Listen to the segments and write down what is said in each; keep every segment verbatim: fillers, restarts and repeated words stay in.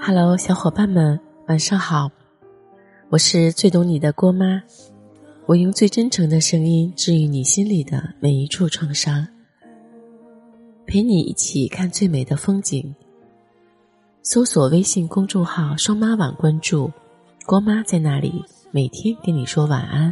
Hello， 小伙伴们，晚上好，我是最懂你的郭妈，我用最真诚的声音治愈你心里的每一处创伤，陪你一起看最美的风景。搜索微信公众号双妈晚，关注郭妈在那里，每天跟你说晚安。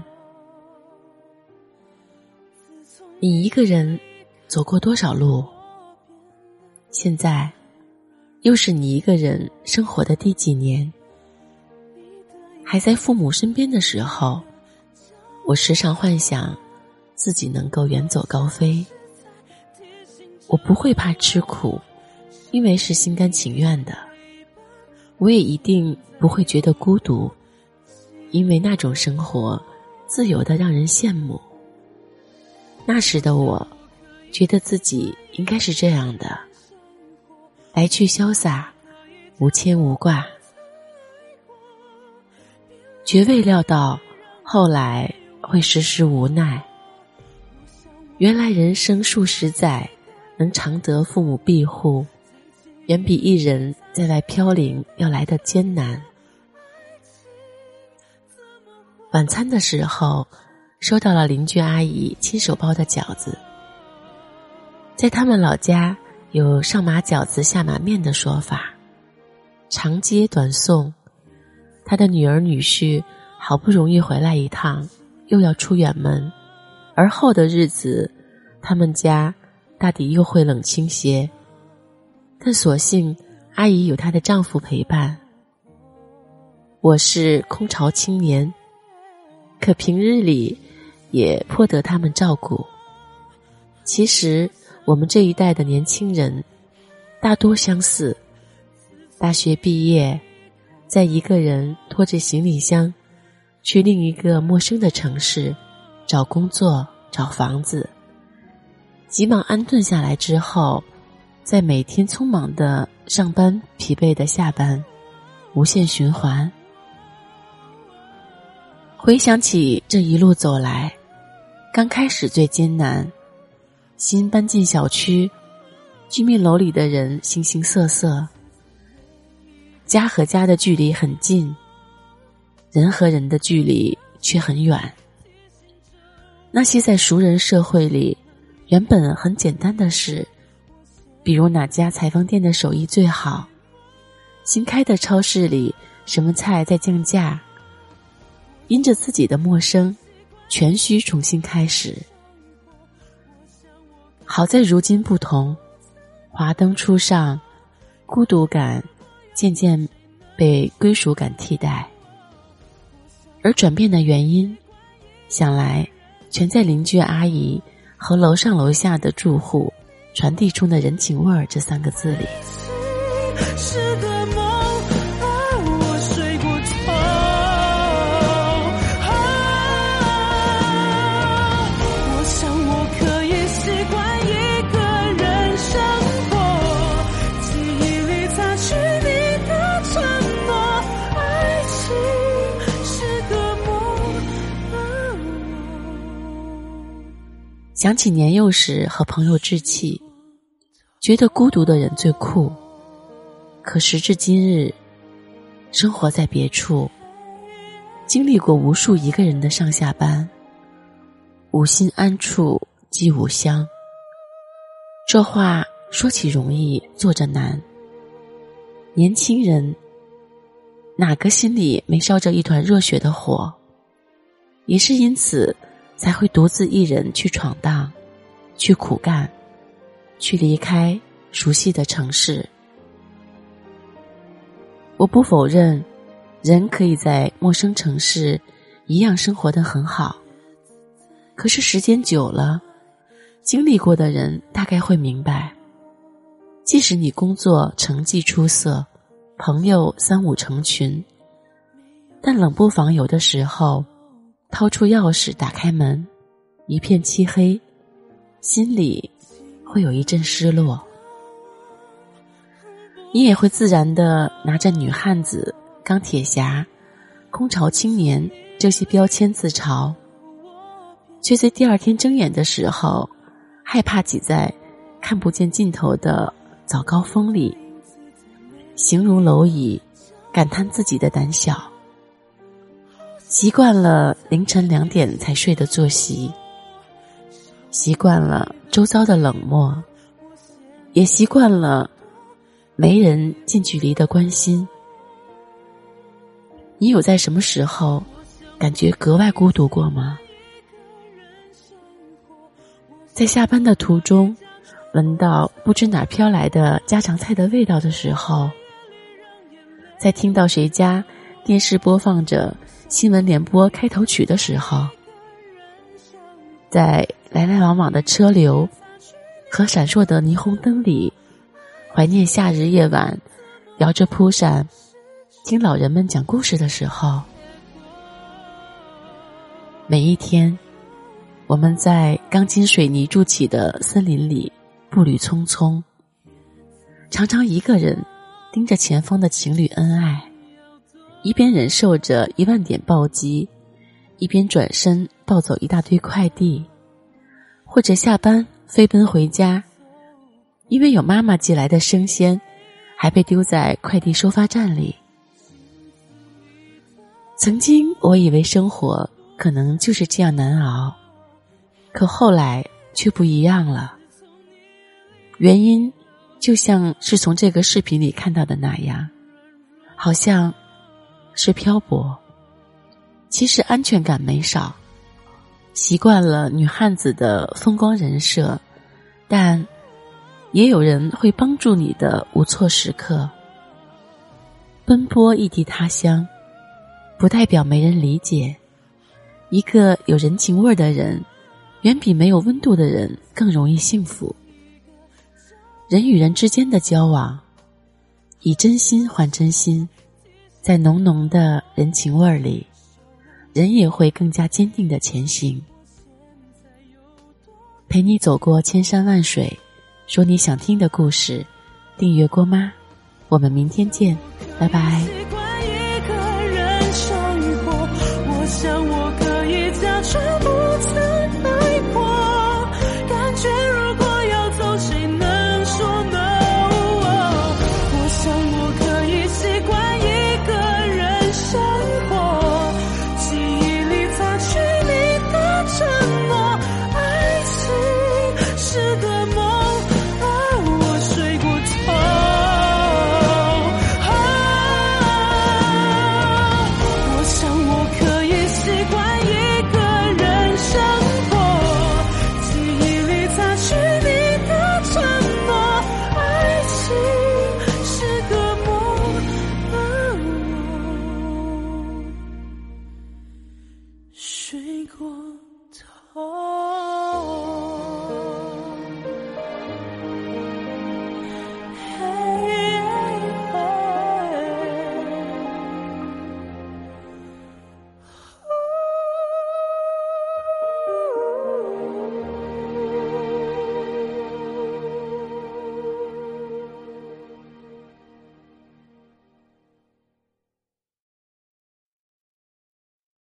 你一个人走过多少路？现在又是你一个人生活的第几年？还在父母身边的时候，我时常幻想自己能够远走高飞。我不会怕吃苦，因为是心甘情愿的。我也一定不会觉得孤独，因为那种生活自由的让人羡慕。那时的我觉得自己应该是这样的，来去潇洒，无牵无挂。绝未料到后来会时时无奈。原来人生数十载，能常得父母庇护，远比一人在外飘零要来的艰难。晚餐的时候，收到了邻居阿姨亲手包的饺子。在他们老家有上马饺子下马面的说法，长接短送。他的女儿女婿好不容易回来一趟，又要出远门，而后的日子他们家大抵又会冷清些，但所幸阿姨有她的丈夫陪伴。我是空巢青年，可平日里也颇得他们照顾。其实我们这一代的年轻人大多相似，大学毕业，在一个人拖着行李箱去另一个陌生的城市找工作找房子，急忙安顿下来之后，在每天匆忙的上班，疲惫的下班，无限循环。回想起这一路走来，刚开始最艰难，新搬进小区，居民楼里的人形形色色，家和家的距离很近，人和人的距离却很远。那些在熟人社会里原本很简单的事，比如哪家裁缝店的手艺最好，新开的超市里什么菜在降价，因着自己的陌生，全需重新开始。好在如今不同，华灯初上，孤独感渐渐被归属感替代。而转变的原因，想来全在邻居阿姨和楼上楼下的住户传递出的人情味儿这三个字里。 是个梦，而我睡过头，啊，我想我可以习惯一个人生活，记忆里擦去你的承诺，爱情是个梦，而我想起年幼时和朋友置气，觉得孤独的人最酷。可时至今日，生活在别处，经历过无数一个人的上下班，无心安处即无香。这话说起容易，做着难。年轻人哪个心里没烧着一团热血的火？也是因此才会独自一人去闯荡，去苦干，去离开熟悉的城市。我不否认，人可以在陌生城市一样生活得很好。可是时间久了，经历过的人大概会明白，即使你工作成绩出色，朋友三五成群，但冷不防有的时候，掏出钥匙打开门，一片漆黑，心里会有一阵失落。你也会自然地拿着女汉子、钢铁侠、空巢青年这些标签自嘲，却在第二天睁眼的时候，害怕挤在看不见尽头的早高峰里，形如蝼蚁， 感叹自己的胆小，习惯了凌晨两点才睡的作息，习惯了周遭的冷漠，也习惯了没人近距离的关心。你有在什么时候感觉格外孤独过吗？在下班的途中，闻到不知哪飘来的家常菜的味道的时候，在听到谁家电视播放着新闻联播开头曲的时候，在来来往往的车流和闪烁的霓虹灯里，怀念夏日夜晚摇着蒲扇听老人们讲故事的时候，每一天我们在钢筋水泥筑起的森林里步履匆匆，常常一个人盯着前方的情侣恩爱，一边忍受着一万点暴击，一边转身抱走一大堆快递，或者下班飞奔回家，因为有妈妈寄来的生鲜还被丢在快递收发站里。曾经我以为生活可能就是这样难熬，可后来却不一样了。原因就像是从这个视频里看到的那样，好像是漂泊。其实安全感没少，习惯了女汉子的风光人设，但也有人会帮助你的无措时刻。奔波异地他乡，不代表没人理解。一个有人情味的人，远比没有温度的人更容易幸福。人与人之间的交往，以真心换真心，在浓浓的人情味里，人也会更加坚定地前行。陪你走过千山万水，说你想听的故事。订阅郭妈，我们明天见，拜拜。 习惯一个人生活，我想我可以假装不曾爱过，感觉如果要走，谁能说 no？ 我想我可以习惯一个人生活，记忆里擦去你的承诺，爱情是个梦，而我睡过头。我想我可以习惯一个人生活，记忆里擦去你的承诺，爱情是个梦，而我睡过头。